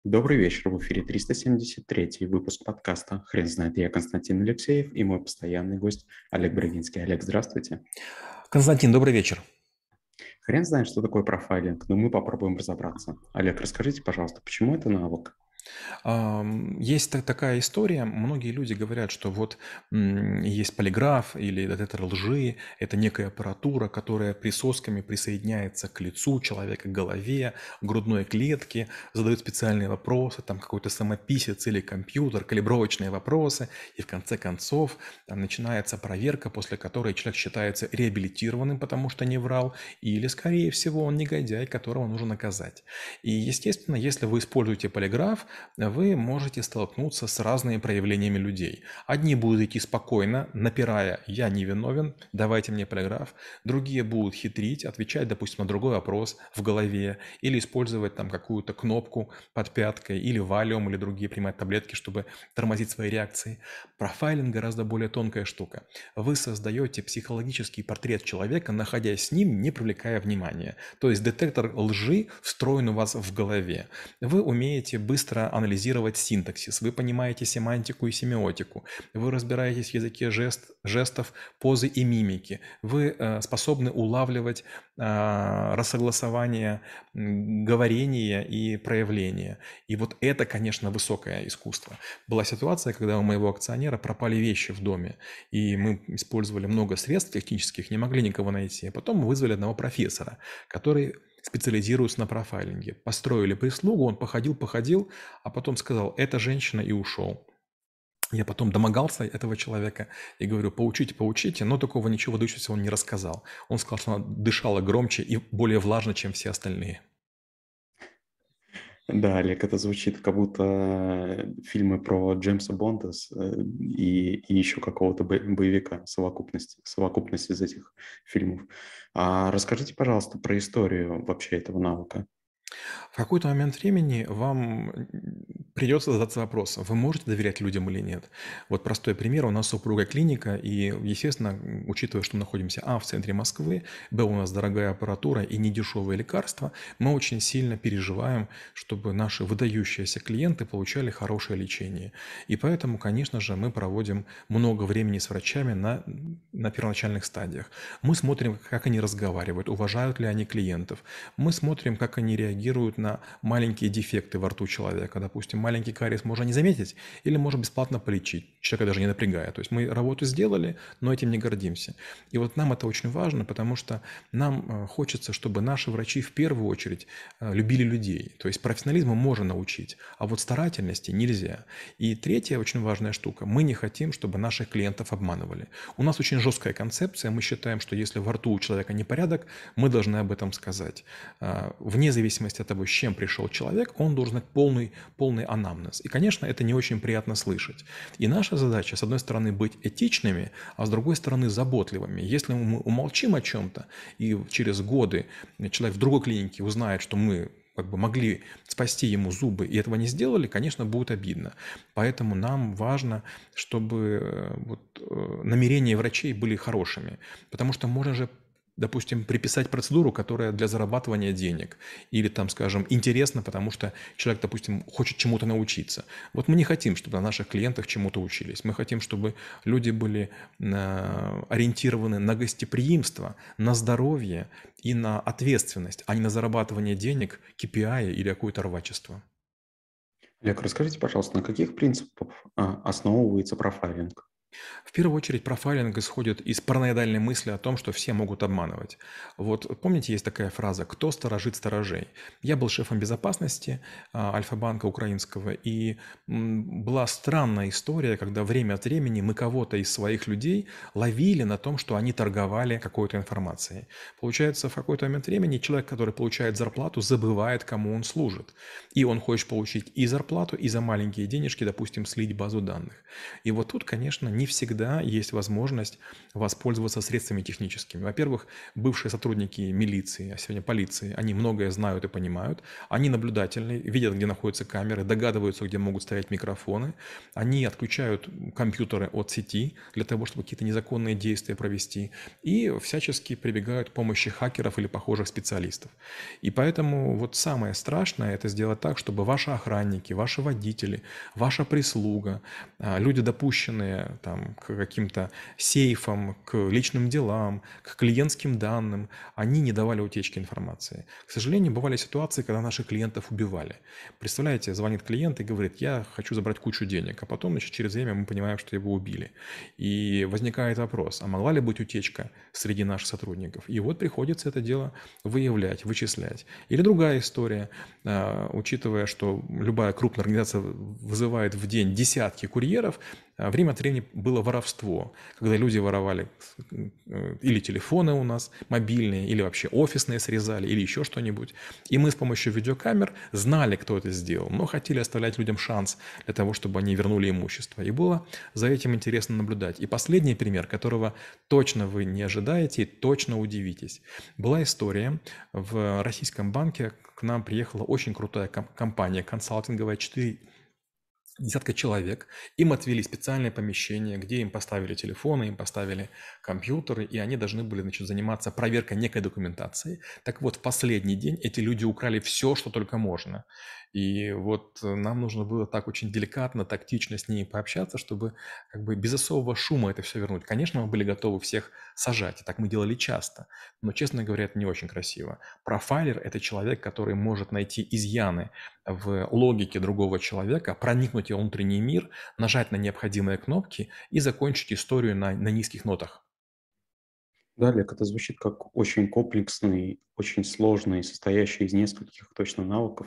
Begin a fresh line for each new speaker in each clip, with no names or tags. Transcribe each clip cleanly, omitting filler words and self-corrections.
Добрый вечер, в эфире 373 выпуск подкаста «Хрен знает». Я Константин Алексеев и мой постоянный гость Олег Брагинский. Олег, здравствуйте.
Константин, добрый вечер.
Хрен знает, что такое профайлинг, но мы попробуем разобраться. Олег, расскажите, пожалуйста, почему это навык?
Есть такая история. Многие люди говорят, что вот есть полиграф или детектор лжи. Это некая аппаратура, которая присосками присоединяется к лицу человека, к голове, к грудной клетке, задает специальные вопросы, там какой-то самописец или компьютер, калибровочные вопросы. И в конце концов там начинается проверка, после которой человек считается реабилитированным, потому что не врал, или, скорее всего, он негодяй, которого нужно наказать. И, естественно, если вы используете полиграф, вы можете столкнуться с разными проявлениями людей. Одни будут идти спокойно, напирая «я не виновен, давайте мне полиграф». Другие будут хитрить, отвечать, допустим, на другой вопрос в голове или использовать там какую-то кнопку под пяткой или валиум или другие принимать таблетки, чтобы тормозить свои реакции. Профайлинг гораздо более тонкая штука. Вы создаете психологический портрет человека, находясь с ним, не привлекая внимания. То есть детектор лжи встроен у вас в голове. Вы умеете быстро анализировать синтаксис, вы понимаете семантику и семиотику, вы разбираетесь в языке жестов, позы и мимики, вы способны улавливать рассогласование говорения и проявления. И вот это, конечно, высокое искусство. Была ситуация, когда у моего акционера пропали вещи в доме, и мы использовали много средств технических, не могли никого найти. А потом мы вызвали одного профессора, который специализируются на профайлинге. Построили прислугу, он походил, а потом сказал: «Это женщина», и ушел. Я потом домогался этого человека и говорю: поучите, но такого ничего выдающегося он не рассказал. Он сказал, что она дышала громче и более влажно, чем все остальные.
Да, Олег, это звучит как будто фильмы про Джеймса Бонда и еще какого-то боевика, совокупность из этих фильмов. Расскажите, пожалуйста, про историю вообще этого навыка.
В какой-то момент времени вам придется задаться вопросом, вы можете доверять людям или нет. Вот простой пример. У нас супруга клиника, и, естественно, учитывая, что мы находимся в центре Москвы, у нас дорогая аппаратура и недешевые лекарства, мы очень сильно переживаем, чтобы наши выдающиеся клиенты получали хорошее лечение. И поэтому, конечно же, мы проводим много времени с врачами на первоначальных стадиях. Мы смотрим, как они разговаривают, уважают ли они клиентов. Мы смотрим, как они реагируют на маленькие дефекты во рту человека. Допустим, маленький кариес можно не заметить или можно бесплатно полечить, человека даже не напрягая. То есть мы работу сделали, но этим не гордимся. И вот нам это очень важно, потому что нам хочется, чтобы наши врачи в первую очередь любили людей. То есть профессионализму можно научить, а вот старательности нельзя. И третья очень важная штука. Мы не хотим, чтобы наших клиентов обманывали. У нас очень жесткая концепция. Мы считаем, что если во рту у человека непорядок, мы должны об этом сказать. Вне зависимости от того, с чем пришел человек, он должен знать полный анамнез. И, конечно, это не очень приятно слышать. И наша задача, с одной стороны, быть этичными, а с другой стороны, заботливыми. Если мы умолчим о чем-то, и через годы человек в другой клинике узнает, что мы могли спасти ему зубы и этого не сделали, конечно, будет обидно. Поэтому нам важно, чтобы намерения врачей были хорошими. Потому что можно же, допустим, приписать процедуру, которая для зарабатывания денег. Или там, скажем, интересно, потому что человек, допустим, хочет чему-то научиться. Вот мы не хотим, чтобы на наших клиентах чему-то учились. Мы хотим, чтобы люди были ориентированы на гостеприимство, на здоровье и на ответственность, а не на зарабатывание денег, KPI или какое-то рвачество.
Олег, расскажите, пожалуйста, на каких принципах основывается профайлинг?
В первую очередь профайлинг исходит из параноидальной мысли о том, что все могут обманывать. Вот помните, есть такая фраза «кто сторожит сторожей?». Я был шефом безопасности Альфа-банка украинского, и была странная история, когда время от времени мы кого-то из своих людей ловили на том, что они торговали какой-то информацией. Получается, в какой-то момент времени человек, который получает зарплату, забывает, кому он служит. И он хочет получить и зарплату, и за маленькие денежки, допустим, слить базу данных. И вот тут, конечно, не всегда есть возможность воспользоваться средствами техническими. Во-первых, бывшие сотрудники милиции, а сегодня полиции, они многое знают и понимают, они наблюдательны, видят, где находятся камеры, догадываются, где могут стоять микрофоны, они отключают компьютеры от сети для того, чтобы какие-то незаконные действия провести, и всячески прибегают к помощи хакеров или похожих специалистов. И поэтому вот самое страшное – это сделать так, чтобы ваши охранники, ваши водители, ваша прислуга, люди, допущенные там, к каким-то сейфам, к личным делам, к клиентским данным, они не давали утечки информации. К сожалению, бывали ситуации, когда наших клиентов убивали. Представляете, звонит клиент и говорит: я хочу забрать кучу денег, а потом, значит, через время мы понимаем, что его убили. И возникает вопрос, а могла ли быть утечка среди наших сотрудников? И вот приходится это дело выявлять, вычислять. Или другая история, учитывая, что любая крупная организация вызывает в день десятки курьеров, время от времени было воровство, когда люди воровали или телефоны у нас мобильные, или вообще офисные срезали, или еще что-нибудь. И мы с помощью видеокамер знали, кто это сделал, но хотели оставлять людям шанс для того, чтобы они вернули имущество. И было за этим интересно наблюдать. И последний пример, которого точно вы не ожидаете и точно удивитесь. Была история: в российском банке к нам приехала очень крутая компания консалтинговая, 4 десятка человек. Им отвели специальное помещение, где им поставили телефоны, им поставили компьютеры, и они должны были, значит, заниматься проверкой некой документации. Так вот, в последний день эти люди украли все, что только можно. И вот нам нужно было так очень деликатно, тактично с ними пообщаться, чтобы как бы без особого шума это все вернуть. Конечно, мы были готовы всех сажать, и так мы делали часто, но, честно говоря, это не очень красиво. Профайлер – это человек, который может найти изъяны в логике другого человека, проникнуть в его внутренний мир, нажать на необходимые кнопки и закончить историю на низких нотах.
Да, Олег, это звучит как очень комплексный, очень сложный, состоящий из нескольких точно навыков,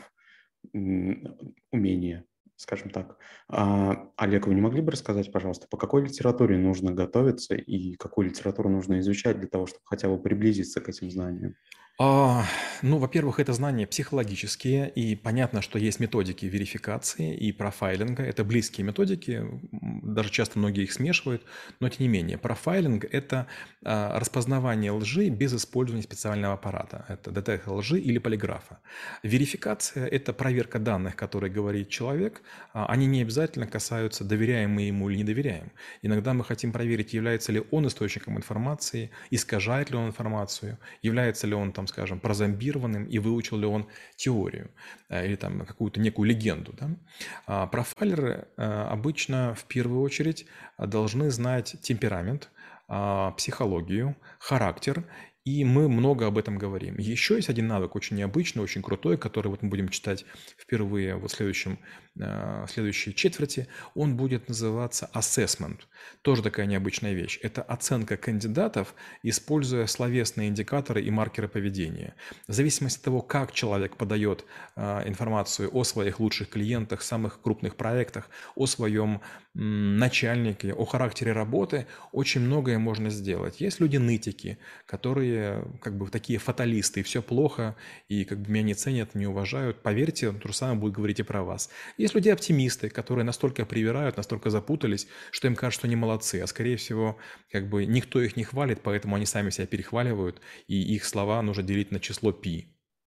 умения, скажем так. Олег, вы не могли бы рассказать, пожалуйста, по какой литературе нужно готовиться и какую литературу нужно изучать для того, чтобы хотя бы приблизиться к этим знаниям?
А, ну, во-первых, это знания психологические, и понятно, что есть методики верификации и профайлинга. Это близкие методики, даже часто многие их смешивают, но тем не менее. Профайлинг – это распознавание лжи без использования специального аппарата. Это детектор лжи или полиграфа. Верификация – это проверка данных, которые говорит человек. Они не обязательно касаются, доверяем мы ему или не доверяем. Иногда мы хотим проверить, является ли он источником информации, искажает ли он информацию, является ли он, там, скажем, прозомбированным и выучил ли он теорию или там какую-то некую легенду. Да? Профайлеры обычно в первую очередь должны знать темперамент, психологию, характер, и мы много об этом говорим. Еще есть один навык очень необычный, очень крутой, который вот мы будем читать впервые вот в следующей четверти. Он будет называться assessment. Тоже такая необычная вещь. Это оценка кандидатов, используя словесные индикаторы и маркеры поведения. В зависимости от того, как человек подает информацию о своих лучших клиентах, самых крупных проектах, о своем начальнике, о характере работы, очень многое можно сделать. Есть люди-нытики, которые как бы такие фаталисты, и все плохо, и как бы меня не ценят, не уважают. Поверьте, то же самое будет говорить и про вас. Есть люди-оптимисты, которые настолько привирают, настолько запутались, что им кажется, что они молодцы, а скорее всего, как бы никто их не хвалит, поэтому они сами себя перехваливают, и их слова нужно делить на число пи.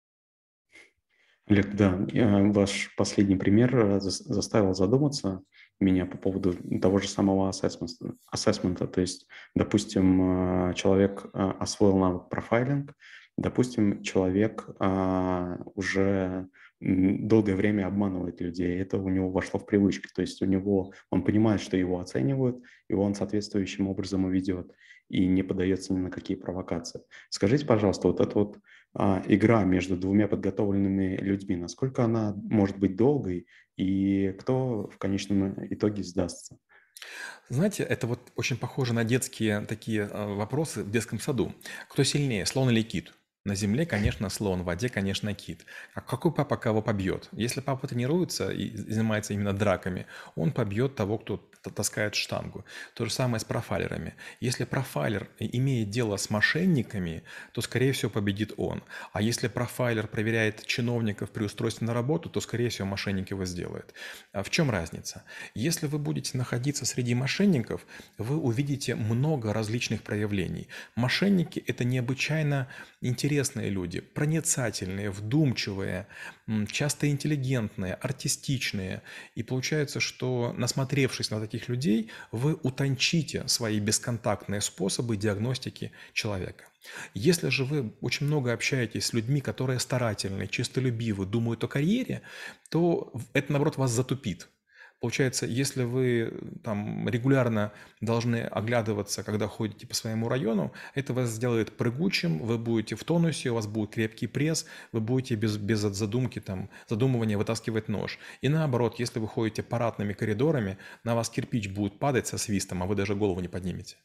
Олег, да, ваш последний пример заставил задуматься меня по поводу того же самого ассессмента. То есть, допустим, человек освоил навык профайлинг, допустим, человек уже долгое время обманывает людей, это у него вошло в привычку, то есть он понимает, что его оценивают, и он соответствующим образом и ведет, и не поддается ни на какие провокации. Скажите, пожалуйста, вот эта вот игра между двумя подготовленными людьми, насколько она может быть долгой, и кто в конечном итоге сдастся?
Знаете, это вот очень похоже на детские такие вопросы в детском саду. Кто сильнее, слон или кит? На земле, конечно, слон, в воде, конечно, кит. А какой папа кого побьет? Если папа тренируется и занимается именно драками, он побьет того, кто таскает штангу. То же самое с профайлерами. Если профайлер имеет дело с мошенниками, то, скорее всего, победит он. А если профайлер проверяет чиновников при устройстве на работу, то, скорее всего, мошенник его сделает. А в чем разница? Если вы будете находиться среди мошенников, вы увидите много различных проявлений. Мошенники – это необычайно интересные люди, проницательные, вдумчивые, часто интеллигентные, артистичные. И получается, что, насмотревшись на таких людей, вы утончите свои бесконтактные способы диагностики человека. Если же вы очень много общаетесь с людьми, которые старательны, честолюбивы, думают о карьере, то это, наоборот, вас затупит. Получается, если вы там регулярно должны оглядываться, когда ходите по своему району, это вас сделает прыгучим, вы будете в тонусе, у вас будет крепкий пресс, вы будете без задумки, задумывания вытаскивать нож. И наоборот, если вы ходите парадными коридорами, на вас кирпич будет падать со свистом, а вы даже голову не поднимете.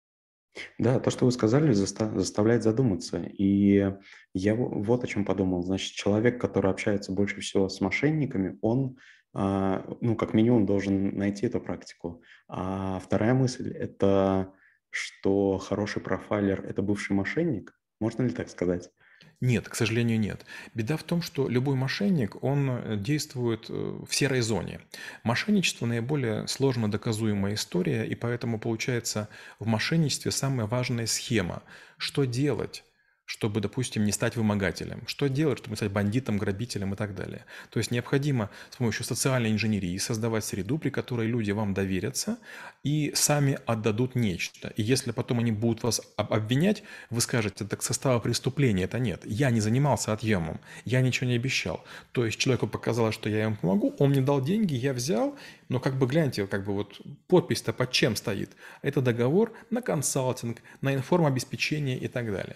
Да, то, что вы сказали, заставляет задуматься. И я вот о чем подумал. Значит, человек, который общается больше всего с мошенниками, он, ну, как минимум, должен найти эту практику. А вторая мысль – это что хороший профайлер – это бывший мошенник. Можно ли так сказать?
Нет, к сожалению, нет. Беда в том, что любой мошенник, он действует в серой зоне. Мошенничество наиболее сложно доказуемая история, и поэтому получается в мошенничестве самая важная схема. Что делать, чтобы, допустим, не стать вымогателем? Что делать, чтобы не стать бандитом, грабителем и так далее? То есть необходимо с помощью социальной инженерии создавать среду, при которой люди вам доверятся и сами отдадут нечто. И если потом они будут вас обвинять, вы скажете, так состава преступления это нет. Я не занимался отъемом, я ничего не обещал. То есть человеку показалось, что я ему помогу, он мне дал деньги, я взял, но как бы гляньте, как бы вот подпись-то под чем стоит. Это договор на консалтинг, на информобеспечение и так далее.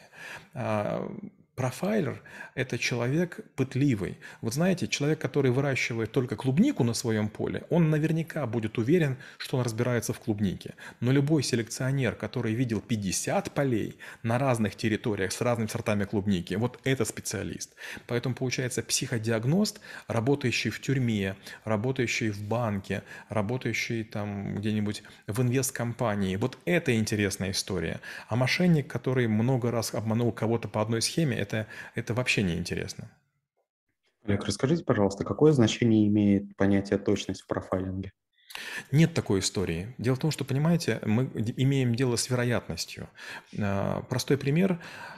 Профайлер – это человек пытливый. Вот знаете, человек, который выращивает только клубнику на своем поле, он наверняка будет уверен, что он разбирается в клубнике. Но любой селекционер, который видел 50 полей на разных территориях с разными сортами клубники, вот это специалист. Поэтому получается психодиагност, работающий в тюрьме, работающий в банке, работающий там где-нибудь в инвесткомпании. Вот это интересная история. А мошенник, который много раз обманул кого-то по одной схеме, это вообще не интересно.
Олег, расскажите, пожалуйста, какое значение имеет понятие точность в профайлинге?
Нет такой истории. Дело в том, что, понимаете, мы имеем дело с вероятностью. Простой пример.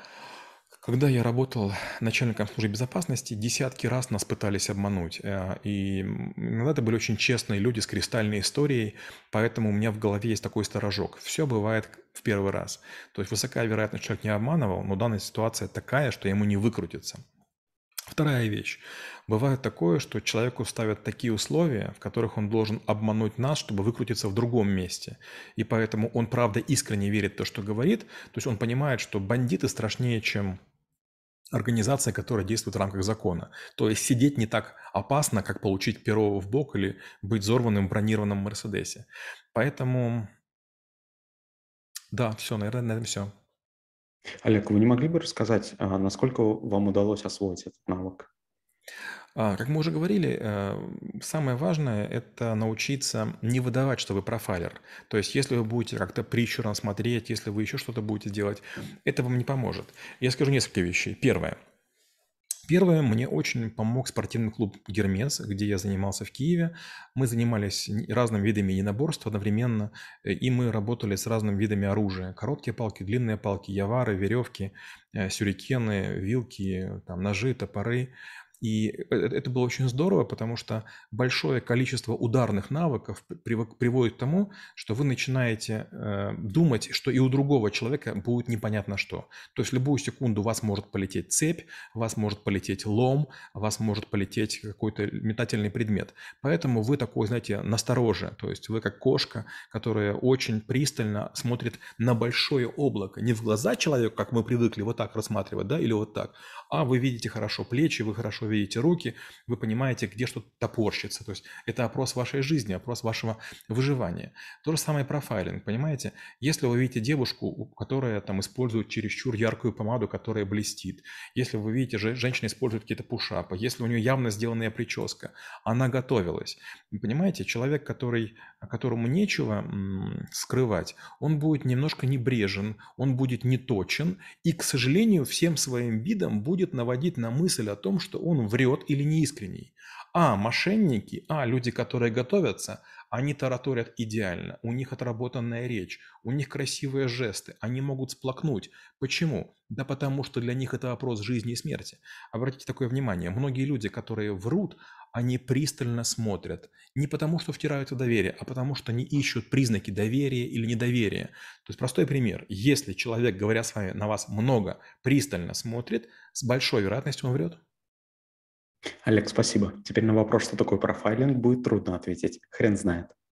Когда я работал начальником службы безопасности, десятки раз нас пытались обмануть. И иногда это были очень честные люди с кристальной историей, поэтому у меня в голове есть такой сторожок. Все бывает в первый раз. То есть высокая вероятность, что человек не обманывал, но данная ситуация такая, что ему не выкрутиться. Вторая вещь. Бывает такое, что человеку ставят такие условия, в которых он должен обмануть нас, чтобы выкрутиться в другом месте. И поэтому он, правда, искренне верит в то, что говорит. То есть он понимает, что бандиты страшнее, чем организация, которая действует в рамках закона. То есть сидеть не так опасно, как получить перо в бок или быть взорванным в бронированном Мерседесе. Поэтому, да, все, наверное, на этом все.
Олег, вы не могли бы рассказать, насколько вам удалось освоить этот навык?
Как мы уже говорили, самое важное – это научиться не выдавать, что вы профайлер. То есть, если вы будете как-то прищурно смотреть, если вы еще что-то будете делать, это вам не поможет. Я скажу несколько вещей. Первое. Первое, мне очень помог спортивный клуб «Гермес», где я занимался в Киеве. Мы занимались разными видами единоборств одновременно, и мы работали с разными видами оружия. Короткие палки, длинные палки, явары, веревки, сюрикены, вилки, там, ножи, топоры. И это было очень здорово, потому что большое количество ударных навыков приводит к тому, что вы начинаете думать, что и у другого человека будет непонятно что. То есть в любую секунду у вас может полететь цепь, у вас может полететь лом, у вас может полететь какой-то метательный предмет. Поэтому вы такой, знаете, настороже. То есть вы как кошка, которая очень пристально смотрит на большое облако. Не в глаза человеку, как мы привыкли вот так рассматривать, да, или вот так, а вы видите хорошо плечи, вы хорошо хорошо видите руки, вы понимаете, где что-то топорщится. То есть это опрос вашей жизни, опрос вашего выживания. То же самое профайлинг, понимаете? Если вы видите девушку, которая там использует чересчур яркую помаду, которая блестит, если вы видите, женщина использует какие-то пушапы, если у нее явно сделанная прическа, она готовилась. Вы понимаете, человек, которому нечего скрывать, он будет немножко небрежен, он будет неточен и, к сожалению, всем своим видом будет наводить на мысль о том, что он врет или неискренний. А мошенники, люди, которые готовятся, они тараторят идеально, у них отработанная речь, у них красивые жесты, они могут сплакнуть. Почему? Да потому что для них это вопрос жизни и смерти. Обратите такое внимание, многие люди, которые врут, они пристально смотрят. Не потому, что втирают в доверие, а потому, что они ищут признаки доверия или недоверия. То есть простой пример. Если человек, говоря с вами на вас много, пристально смотрит, с большой вероятностью он врет.
Олег, спасибо. Теперь на вопрос, что такое профайлинг, будет трудно ответить. Хрен знает.